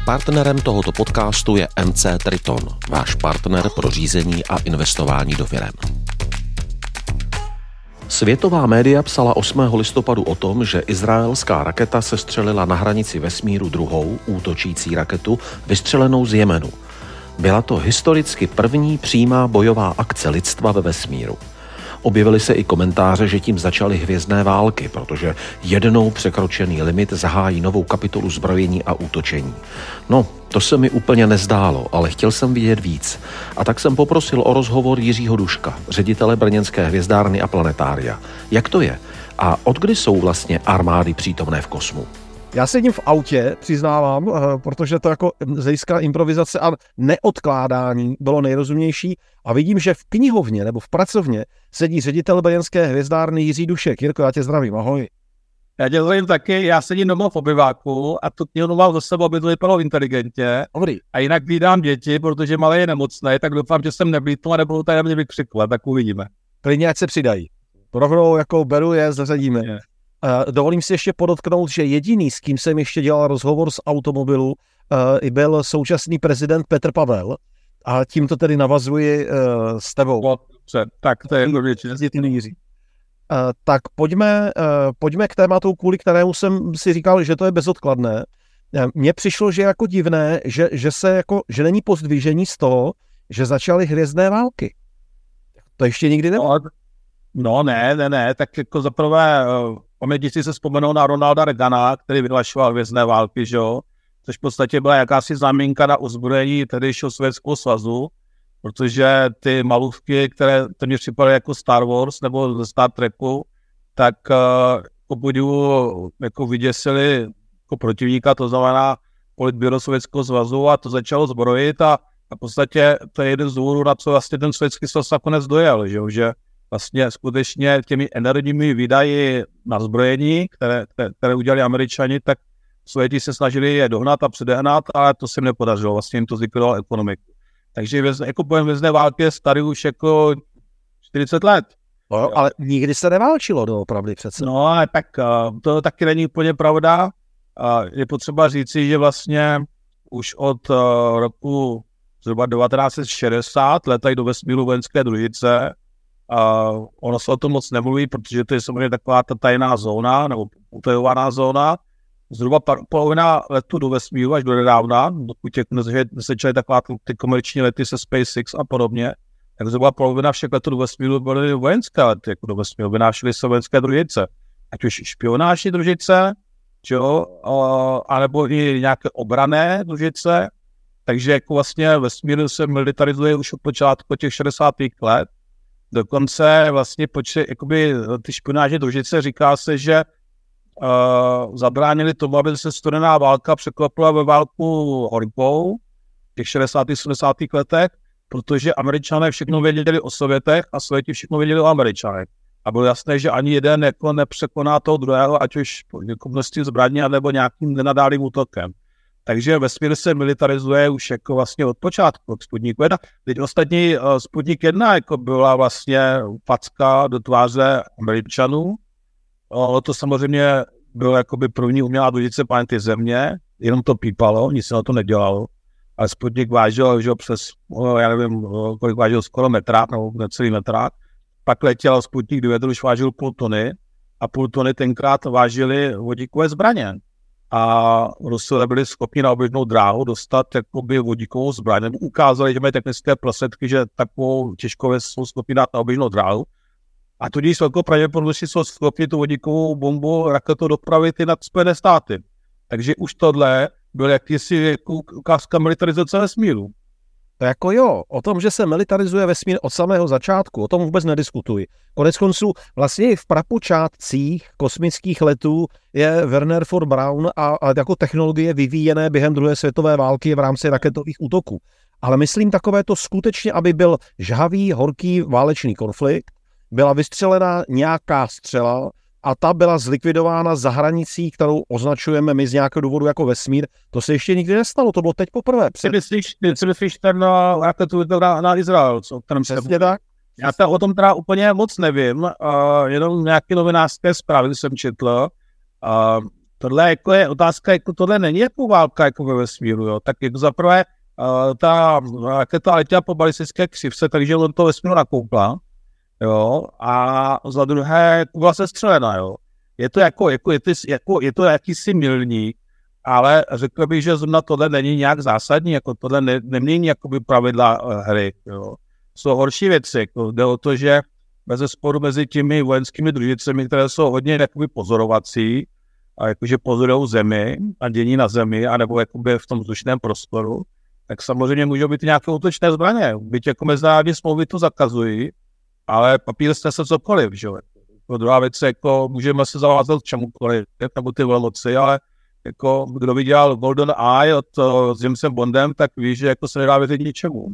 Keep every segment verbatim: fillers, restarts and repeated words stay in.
Partnerem tohoto podcastu je M C Triton, váš partner pro řízení a investování do firem. Světová média psala osmého listopadu o tom, že izraelská raketa sestřelila na hranici vesmíru druhou útočící raketu vystřelenou z Jemenu. Byla to historicky první přímá bojová akce lidstva ve vesmíru. Objevily se i komentáře, že tím začaly hvězdné války, protože jednou překročený limit zahájí novou kapitolu zbrojení a útočení. No, to se mi úplně nezdálo, ale chtěl jsem vidět víc. A tak jsem poprosil o rozhovor Jiřího Duška, ředitele brněnské hvězdárny a planetária. Jak to je? A odkdy jsou vlastně armády přítomné v kosmu? Já sedím v autě, přiznávám, protože to jako z hlediska improvizace a neodkládání bylo nejrozumnější a vidím, že v knihovně nebo v pracovně sedí ředitel brněnské hvězdárny Jiří Dušek. Jirko, já tě zdravím, ahoj. Já tě zdravím taky, já sedím doma v obyváku a tu knihovnu mám za sebou, aby to vypadalo inteligentně. Dobrý. A jinak vídám děti, protože malé je nemocné, tak doufám, že jsem neblítl a nebudou tady na mě vykřikovat, tak uvidíme. Klidně ať se přidají. Rovnou jako beru je, zařadíme. Je. Uh, dovolím si ještě podotknout, že jediný, s kým jsem ještě dělal rozhovor z automobilu, uh, byl současný prezident Petr Pavel. A tímto tedy navazuji uh, s tebou. Dobře, tak to je většině. Jiří. Uh, tak pojďme, uh, pojďme k tématu, kvůli kterému jsem si říkal, že to je bezodkladné. Uh, mně přišlo, že je jako divné, že, že, se jako, že není pozdvižení z toho, že začaly hvězdné války. To ještě nikdy nebylo. No, no ne, ne, ne, tak jako zaprvé... Uh... Pamětníci se vzpomenou na Ronalda Reagana, který vyhlašoval hvězdné války, že jo? Což v podstatě byla jakási záminka na ozbrojení tehdejšího Sovětského svazu, protože ty malůvky, které téměř připadaly jako Star Wars nebo ze Star Treku, tak uh, podivu jako vyděsili jako protivníka, to znamená politbyro Sovětského svazu a to začalo zbrojit a, a v podstatě to je jeden z důvodů, na co vlastně ten Sovětský svaz nakonec dojel, že jo? Že vlastně skutečně těmi enormními výdaji na zbrojení, které, které, které udělali Američani, tak Sověti se snažili je dohnat a předehnat, ale to se jim nepodařilo, vlastně jim to zlikvidovalo ekonomiku. Takže jako pojem hvězdné války je starý už jako čtyřicet let. No, ale nikdy se neválčilo doopravdy přece. No, ale tak to taky není úplně pravda. Je potřeba říci, že vlastně už od roku zhruba devatenáct set šedesát letají do vesmíru vojenské družice. Uh, ono se o tom moc nemluví, protože to je samozřejmě taková ta tajná zóna, nebo utajovaná zóna. Zhruba polovina letů do vesmíru až do nedávna, dokud nezačaly taková ty komerční lety se SpaceX a podobně, tak zhruba polovina všech letů do vesmíru byly vojenské lety, jako do vesmíru, vynášely se vojenské družice. Ať už špionážní družice, čo, uh, anebo i nějaké obrané družice. Takže jako vlastně vesmír se militarizuje už od počátku těch šedesátých let. Dokonce vlastně počet, jakoby ty špionážní družice, říká se, že uh, zabránili tomu, aby se studená válka překlopila ve válku horkou v těch šedesátých sedmdesátých letech, protože Američané všechno věděli o Sovětech a Sověti všechno věděli o Američanech. A bylo jasné, že ani jeden jako nepřekoná toho druhého, ať už jako množství zbraní, nebo nějakým nenadálým útokem. Takže vesmír se militarizuje už jako vlastně od počátku, od Sputniku jedna. Teď ostatní uh, Sputnik jedna jako byla vlastně facka do tváře Američanů. Uh, to samozřejmě bylo jakoby první umělá družice planety Země, jenom to pípalo, nic se na to nedělalo. Ale Sputnik vážil, že přes, uh, já nevím, uh, kolik vážil, skoro metrák, nebo necelý metrák. Pak letěl Sputnik dva, už vážil půl tony a půl tony tenkrát vážily vodíkové zbraně. A Rusové byli schopni na oběžnou dráhu dostat jakoby vodíkovou zbraň. Nebo ukázali, že mají technické prostředky, že takovou těžkověc jsou schopni dát na oběžnou dráhu. A tudíž s velkou pravděpodobností jsou schopni tu vodíkovou bombu raketu dopravit i nad Spojené státy. Takže už tohle byl jakýsi jako ukázka militarizace vesmíru. To jako jo, o tom, že se militarizuje vesmír od samého začátku, o tom vůbec nediskutuji. Konec konců vlastně i v prapočátcích kosmických letů je Wernher von Braun a, a jako technologie vyvíjené během druhé světové války v rámci raketových útoků. Ale myslím takové to skutečně, aby byl žhavý, horký válečný konflikt, byla vystřelena nějaká střela a ta byla zlikvidována za hranicí, kterou označujeme my z nějakého důvodu jako vesmír. To se ještě nikdy nestalo, to bylo teď poprvé. Ty myslíš, ty myslíš ten raketu na, na Izrael, o kterém se... Přesně tak. Já to o tom teda úplně moc nevím, uh, jenom nějaké novinářské zprávy jsem četl. Uh, tohle jako je otázka, jako tohle není jako válka jako ve vesmíru, jo. Tak jako zaprvé uh, ta raketa letěla po balistické křivce, takže on to vesmíru nakoupla, jo, a za druhé byla sestřelena, jo. Je to jako, jako, je to, jako, je to jakýsi milník, ale řekl bych, že zrovna tohle není nějak zásadní, jako tohle ne, nemění jakoby pravidla uh, hry, jo. Jsou horší věci, jako jde o to, že bezesporu mezi těmi vojenskými družicemi, které jsou hodně jakoby pozorovací, a jakože pozorujou zemi a dění na zemi, anebo jakoby v tom vzdušném prostoru, tak samozřejmě můžou být nějaké útočné zbraně. Byť jako mezinárodní smlouvy to zakazují, ale papír snese cokoliv, že jo. Jako druhá věc, jako můžeme se zavázat k čemukoliv, nebo ty velmoci, ale jako kdo viděl Golden Eye od, s Jamesem Bondem, tak ví, že jako se nedá věřit ničemu.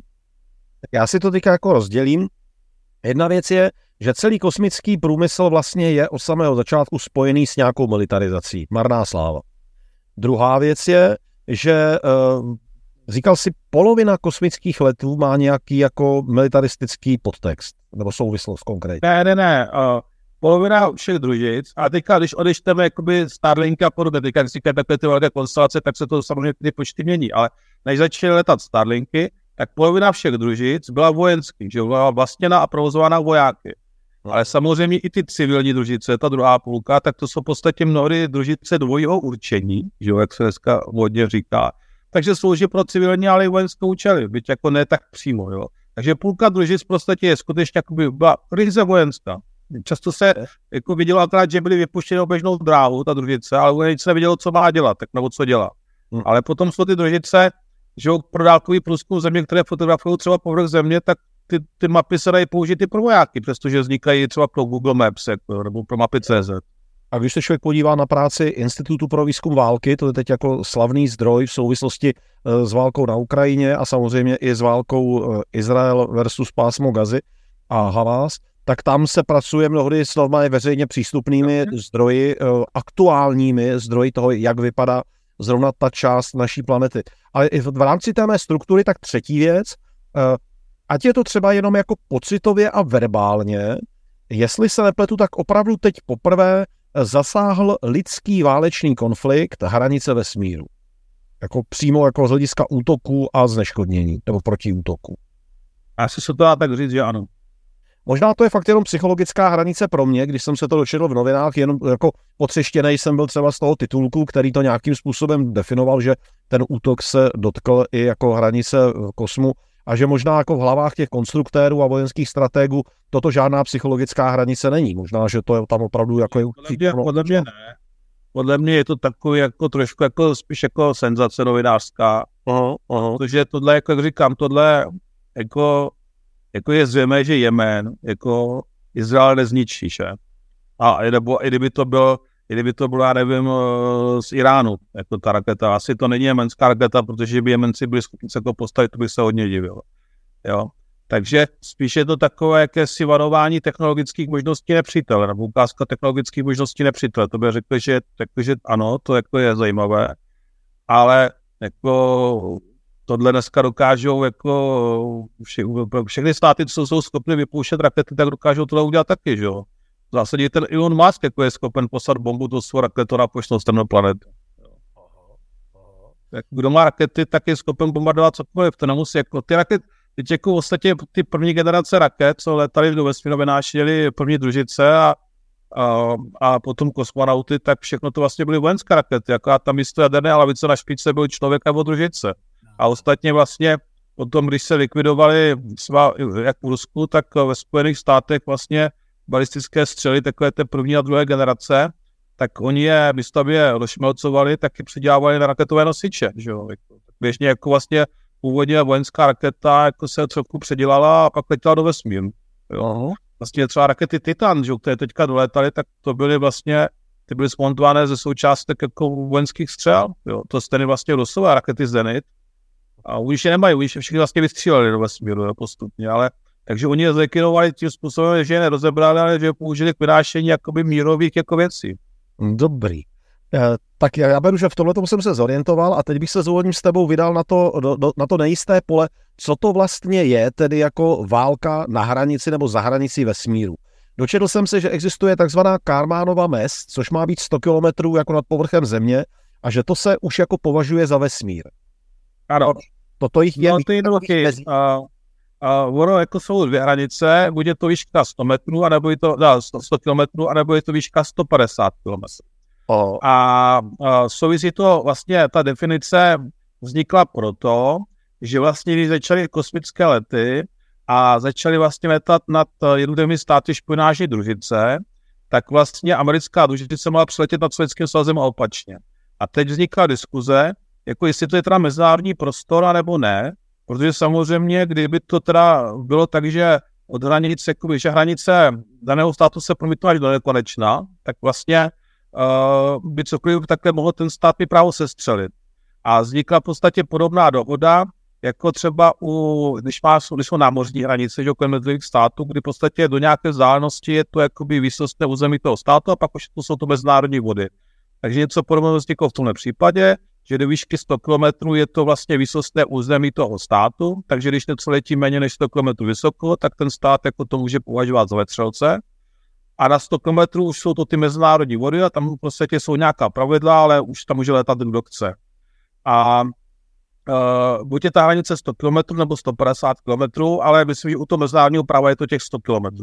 Já si to teďka jako rozdělím. Jedna věc je, že celý kosmický průmysl vlastně je od samého začátku spojený s nějakou militarizací. Marná sláva. Druhá věc je, že uh, říkal si, polovina kosmických letů má nějaký jako militaristický podtext, nebo souvislost konkrétně. Ne, ne, ne. Uh, polovina všech družic. A teďka, když odečteme jakoby Starlinky a podobně, teďka když říkají takové ty velké konstelace, tak se to samozřejmě ty počty mění. Ale než začaly letat Starlinky, tak polovina všech družic byla vojenských, že byla vlastněna a provozována vojáky. Ale samozřejmě i ty civilní družice, ta druhá půlka, tak to jsou v podstatě mnohdy družice dvojího určení, že jo, jak se dneska hodně říká. Takže slouží pro civilní, ale i vojenské účely, byť jako ne tak přímo, jo. Takže půlka družic v podstatě je skutečně jakoby byla ryze vojenská. Často se jako vidělo akorát, že byly vypuštěny oběžnou dráhu, ta družice, ale vojenice nevědělo, co má dělat, tak nebo co dělá. Hmm. Ale potom jsou ty družice, že pro dálkový průzkum země, které fotografují třeba povrch země, tak ty, ty mapy se dají použít i pro vojáky, přestože vznikají třeba pro Google Maps jako, nebo pro mapy tečka cé zet. A když se člověk podívá na práci Institutu pro výzkum války, to je teď jako slavný zdroj v souvislosti s válkou na Ukrajině a samozřejmě i s válkou Izrael versus pásmo Gazy a Hamas, tak tam se pracuje mnohdy s normálně veřejně přístupnými zdroji, aktuálními zdroji toho, jak vypadá zrovna ta část naší planety. Ale i v rámci té mé struktury, tak třetí věc, ať je to třeba jenom jako pocitově a verbálně, jestli se nepletu, tak opravdu teď poprvé zasáhl lidský válečný konflikt hranice vesmíru. Jako přímo jako z hlediska útoku a zneškodnění, nebo protiútoku. Asi se to dá tak říct, že ano. Možná to je fakt jenom psychologická hranice pro mě, když jsem se to dočetl v novinách, jenom jako potřeštěnej jsem byl třeba z toho titulku, který to nějakým způsobem definoval, že ten útok se dotkl i jako hranice kosmu a že možná jako v hlavách těch konstruktérů a vojenských stratégů toto žádná psychologická hranice není. Možná, že to je tam opravdu jako... Je podle, mě, podle mě ne. Podle mě je to takový jako trošku jako spíš jako senzace novinářská. Aha, aha. Protože tohle, jako jak říkám, tohle jako jako je zřejmé, že Jemen jako Izrael nezničí, že? A nebo i kdyby to bylo, i kdyby to bylo, já nevím, z Iránu, jako ta raketa. Asi to není jemenská raketa, protože by Jemenci byli schopni se jako postavit, to by se hodně divilo. Jo? Takže spíš je to takové jakési varování technologických možností nepřítele, nebo ukázka technologických možností nepřítele. To by řekli, že, řekli, že ano, to jako je zajímavé, ale jako tohle dneska dokážou jako vše, všechny státy, co jsou schopny vypouštět rakety, tak dokážou tohle udělat taky, že jo. V zásadě ten Elon Musk jako je schopen poslat bombu do svou raketu na poštou stranu planety. Tak kdo má rakety, tak je schopen bombardovat cokoliv. To nemusí jako ty rakety, teď jako vlastně ty první generace raket, co letaly do vesmíru, vynášely první družice a, a, a potom kosmonauty, tak všechno to vlastně byly vojenské rakety. Jako tam místo jaderné hlavice na špičce byl člověk nebo družice. A ostatně vlastně potom, když se likvidovali svá, jak v Rusku, tak ve Spojených státech vlastně balistické střely, takové té první a druhé generace, tak oni je, místo aby je rozšmelcovali, tak je přidělávali na raketové nosiče. Že jo? Běžně jako vlastně původně vojenská raketa jako se trochu předělala a pak letěla do vesmíru. Jo? Vlastně třeba rakety Titan, že, které teďka dolétaly, tak to byly vlastně, ty byly smontované ze součástek jako vojenských střel. Jo? To stejně vlastně losové rakety Zenit. A už je nemají, už je všichni vlastně vystříleli do vesmíru, jo, postupně, ale takže oni je zlikvidovali tím způsobem, že je nerozebrali, ale že je použili k vynášení jakoby mírových jako věcí. Dobrý. Tak já beru, že v tomhle jsem se zorientoval a teď bych se zvolím s tebou vydal na to, do, do, na to nejisté pole, co to vlastně je, tedy jako válka na hranici nebo za hranicí vesmíru. Dočetl jsem se, že existuje takzvaná Kármánova mez, což má být sto kilometrů jako nad povrchem Země a že to se už jako považuje za vesmír. Ano. Toto jich je... No, to je jednoduchý. A ono jako jsou dvě hranice, buď je to výška sto metrů, anebo je to da, sto kilometrů, anebo je to výška sto padesát kilometrů. Oh. A, a souvisí to vlastně, ta definice vznikla proto, že vlastně, když začaly kosmické lety a začaly vlastně letat nad jednotlivými státy špionážní družice, tak vlastně americká družice mohla přiletět nad Sovětským svazem a opačně. A teď vznikla diskuze, jako jestli to je teda mezinárodní prostor, anebo ne, protože samozřejmě, kdyby to teda bylo tak, že od hranice, jakoby, že hranice daného státu se promítnou až do nekonečna, tak vlastně uh, by cokoliv takhle mohlo ten stát mi právo sestřelit. A vznikla v podstatě podobná dohoda, jako třeba u, když, má, když jsou námořní hranice, že kolem jednotlivých států, kdy v podstatě do nějaké vzdálenosti je to jakoby výsostné území toho státu a pak už to jsou to mezinárodní vody. Takže něco podobného vzniklo v tomhle případě, že do výšky sto kilometrů je to vlastně výsostné území toho státu, takže když něco letí méně než sto kilometrů vysoko, tak ten stát jako to může považovat za vetřelce. A na sto kilometrů už jsou to ty mezinárodní vody a tam v podstatě jsou nějaká pravidla, ale už tam může letat kdo chce. A uh, buď je ta hranice sto kilometrů nebo sto padesát kilometrů, ale myslím, že u toho mezinárodního práva je to těch sto kilometrů.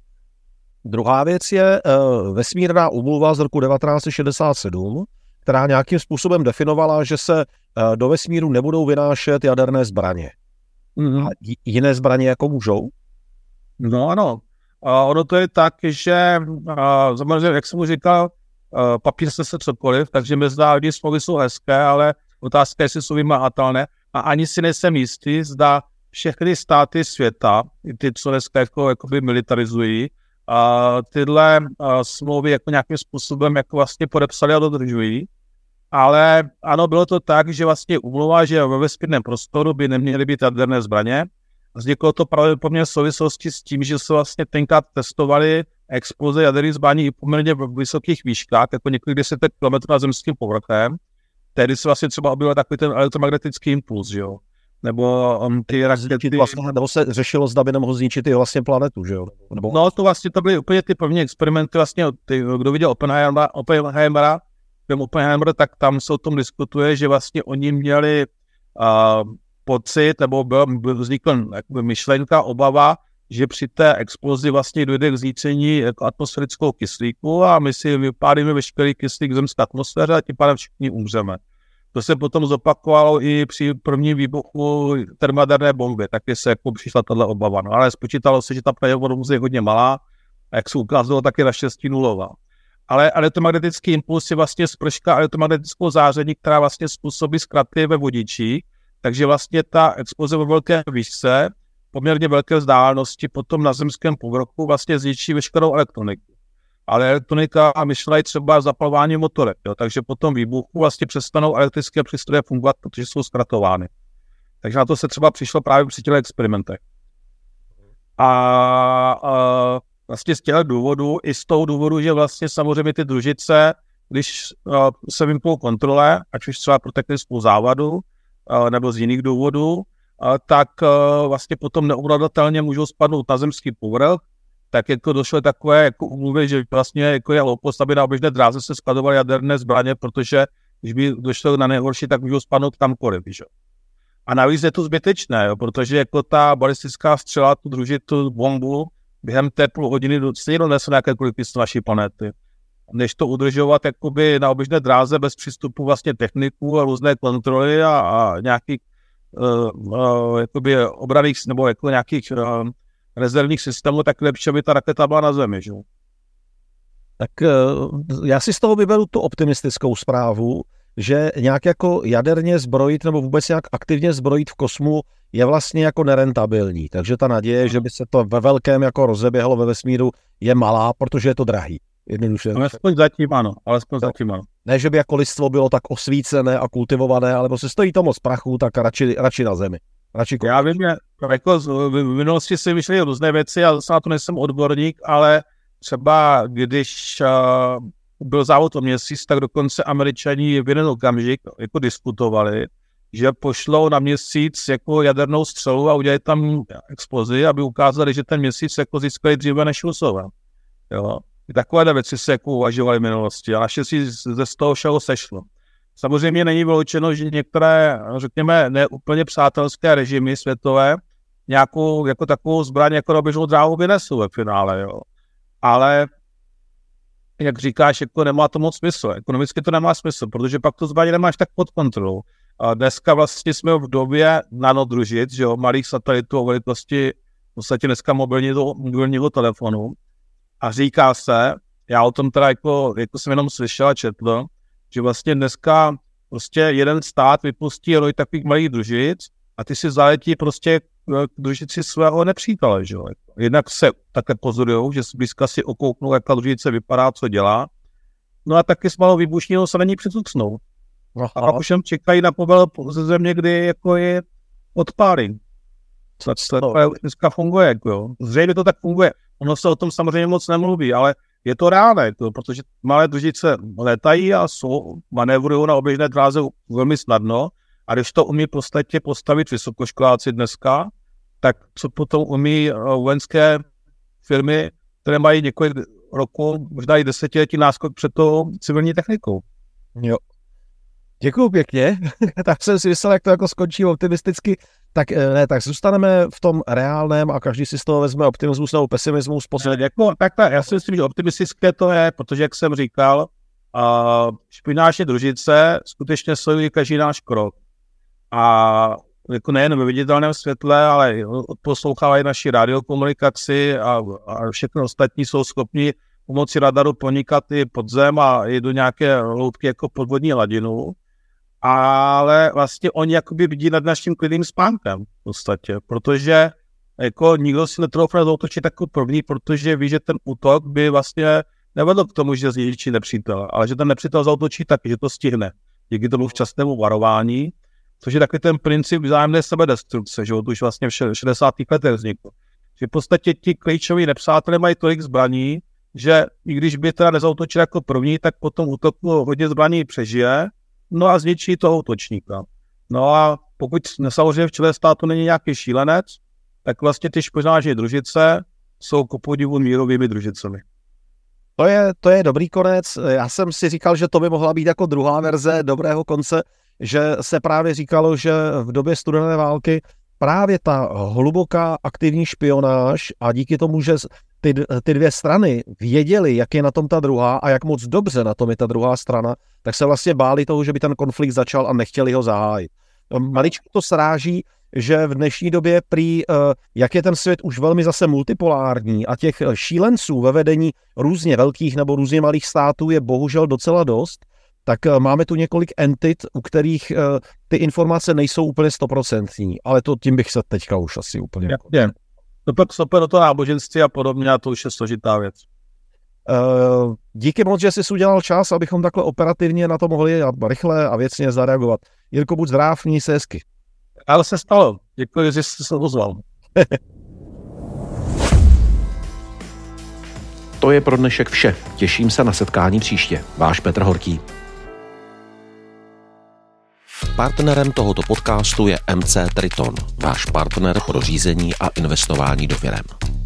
Druhá věc je uh, vesmírná úmluva z roku devatenáct set šedesát sedm, která nějakým způsobem definovala, že se uh, do vesmíru nebudou vynášet jaderné zbraně. Mm-hmm. A jiné zbraně jako můžou? No ano. Uh, ono to je tak, že uh, jak jsem mu říkal, uh, papír se se cokoliv, takže mezinárodní smlouvy jsou hezké, ale otázka je, jestli jsou vymahatelné. A ani si nejsem jistý, zda všechny státy světa, ty, co dneska jako, jakoby militarizují, a tyhle a, smlouvy jako nějakým způsobem jako vlastně podepsali a dodržují. Ale ano, bylo to tak, že vlastně umluva, že ve vesmírném prostoru by neměly být jaderné zbraně. Vzniklo to pravděpodobně v souvislosti s tím, že se vlastně tenkrát testovali exploze jaderných zbraní i poměrně v vysokých výškách, jako několik desetek kilometrů nad zemským povrchem. Tehdy se vlastně třeba objevil takový ten elektromagnetický impuls, že jo. Nebo um, ty rakety... Vlastně, nebo se řešilo, zda by nemohl zničit i vlastně planetu, že jo? Nebo... No to vlastně to byly úplně ty první experimenty, vlastně, ty, kdo viděl Oppenheimera, Oppenheimera, Oppenheimer, tak tam se o tom diskutuje, že vlastně oni měli uh, pocit, nebo byl, byl vznikl jakoby myšlenka, obava, že při té explozi vlastně dojde k zničení jako atmosférického kyslíku a my si vypálíme veškerý kyslík v zemské atmosféře a tím pádem všichni umřeme. To se potom zopakovalo i při prvním výbuchu termojaderné bomby, taky se jako přišla tato obava. No, ale spočítalo se, že ta pravděpodobnost je hodně malá a jak se ukázalo, tak je naštěstí nulová. Ale elektromagnetický impuls je vlastně sprška elektromagnetického záření, která vlastně způsobí zkraty ve vodiči, takže vlastně ta exploze ve velké výšce, poměrně velké vzdálenosti, potom na zemském povrchu vlastně zničí veškerou elektroniku. Ale elektronika a myšlena třeba zapalování motorek, jo? Takže po tom výbuchu vlastně přestanou elektrické přístroje fungovat, protože jsou zkratovány. Takže na to se třeba přišlo právě při těch experimentech. A, a vlastně z těch důvodů, i z toho důvodu, že vlastně samozřejmě ty družice, když a, se vymknou kontrole, ať už třeba pro technickou závadu, a, nebo z jiných důvodů, a, tak a, vlastně potom neovladatelně můžou spadnout na zemský povrch, tak jako došlo takové jako umluvy, že vlastně jako je hloupost, aby na oběžné dráze se skladovaly jaderné zbraně, protože když by došlo na nejhorší, tak můžou spadnout kamkoliv, že? A navíc je to zbytečné, jo, protože jako ta balistická střela, tu družit tu bombu během té půl hodiny stejně donese na jakékoliv místo naší planety. Než to udržovat jakoby na oběžné dráze bez přístupu vlastně techniků a různé kontroly a, a nějakých uh, uh, jakoby obraných nebo jako nějakých uh, rezervních systémů, tak lepší, aby ta raketa byla na Zemi, že? Tak já si z toho vyberu tu optimistickou zprávu, že nějak jako jaderně zbrojit nebo vůbec nějak aktivně zbrojit v kosmu je vlastně jako nerentabilní. Takže ta naděje, že by se to ve velkém jako rozeběhlo ve vesmíru, je malá, protože je to drahý. Jednoduše. Alespoň zatím ano, alespoň zatím ano. Ne, že by jako lidstvo bylo tak osvícené a kultivované, ale prostě stojí to moc prachu, tak radši, radši na Zemi. Radši já vím, že jako v minulosti si vyšly různé věci, já zase na to nejsem odborník, ale třeba když uh, byl závod o měsíc, tak dokonce Američani v jeden okamžik jako diskutovali, že pošlou na měsíc jako jadernou střelu a udělají tam explozi, aby ukázali, že ten měsíc jako získali dříve než Rusové. Jo. I takové věci se jako uvažovaly v minulosti a naštěstí ze z toho všeho sešlo. Samozřejmě není vyloučeno, že některé, řekněme, neúplně přátelské režimy světové nějakou jako takovou zbraň jako na běžnou dráhu vynesou ve finále, jo. Ale jak říkáš, jako nemá to moc smysl. Ekonomicky to nemá smysl, protože pak to zbraně nemáš tak pod kontrolou. A dneska vlastně jsme v době nanodružic, že jo, malých satelitů o velikosti v podstatě dneska mobilního, mobilního telefonu. A říká se, já o tom teda jako, jako jsem jenom slyšel a četl, že vlastně dneska prostě jeden stát vypustí roj takových malých družic a ty si zaletí prostě k družici svého nepřítele, že jo. Jednak se také pozorujou, že zblízka si okouknou, jak ta družice vypadá, co dělá. No a taky s malou výbušninou se na ní přitucnou. A pak už jen čekají na povel ze země, kdy jako je odpálí. Co to dneska funguje, jako jo. Zřejmě to tak funguje. Ono se o tom samozřejmě moc nemluví, ale je to reálné, jako, protože malé družice létají a jsou, manévrují na oběžné dráze velmi snadno. A když to umí v podstatě postavit vysokoškoláci dneska, tak co potom umí vojenské firmy, které mají několik roků, možná i desetiletí náskok před tou civilní technikou. Jo. Děkuju pěkně, tak jsem si myslel, jak to jako skončí optimisticky, tak ne, tak zůstaneme v tom reálném a každý si z toho vezme optimismus nebo pesimismus. Posledně. Jako, tak, tak, já si myslím, že optimistické to je, protože jak jsem říkal, uh, špináčně družice skutečně sledují každý náš krok. A jako nejen ve viditelném světle, ale odposlouchávají naši radiokomunikaci a, a všechno ostatní jsou schopni pomocí radaru pronikat i pod zem a i do nějaké hloubky jako podvodní hladinu. Ale vlastně oni jakoby vidí nad naším klidným spánkem v podstatě, protože jako nikdo si netroufne zautočit jako první, protože ví, že ten útok by vlastně nevedl k tomu, že zničí nepřítele, ale že ten nepřítel zautočí taky, že to stihne. Díky tomu včasnému varování, což je takový ten princip vzájemné sebedestrukce, že to už vlastně v šedesátých letech vzniklo. Že v podstatě ti klíčoví nepřátelé mají tolik zbraní, že i když by teda nezautočil jako první, tak potom útoku hodně zbraní přežije, no a zničí toho útočníka. No a pokud samozřejmě v čele státu není nějaký šílenec, tak vlastně ty špionážní družice jsou ku podivu mírovými družicemi. To je, to je dobrý konec. Já jsem si říkal, že to by mohla být jako druhá verze dobrého konce, že se právě říkalo, že v době studené války právě ta hluboká aktivní špionáž a díky tomu, že ty, ty dvě strany věděly, jak je na tom ta druhá a jak moc dobře na tom je ta druhá strana, tak se vlastně báli toho, že by ten konflikt začal a nechtěli ho zahájit. Maličko to sráží, že v dnešní době prý, jak je ten svět už velmi zase multipolární a těch šílenců ve vedení různě velkých nebo různě malých států je bohužel docela dost, tak máme tu několik entit, u kterých ty informace nejsou úplně stoprocentní, ale to tím bych se teďka už asi úplně... Jak to pak stope do toho náboženství a podobně a to už je složitá věc. Díky moc, že jsi udělal čas, abychom takhle operativně na to mohli rychle a věcně zareagovat. Jirko, buď zdrav, měj se hezky. Ale se stalo. Děkuji, že jsi se ozval. To je pro dnešek vše. Těším se na setkání příště. Váš Petr Horký. Partnerem tohoto podcastu je M C Triton, váš partner pro řízení a investování do firem.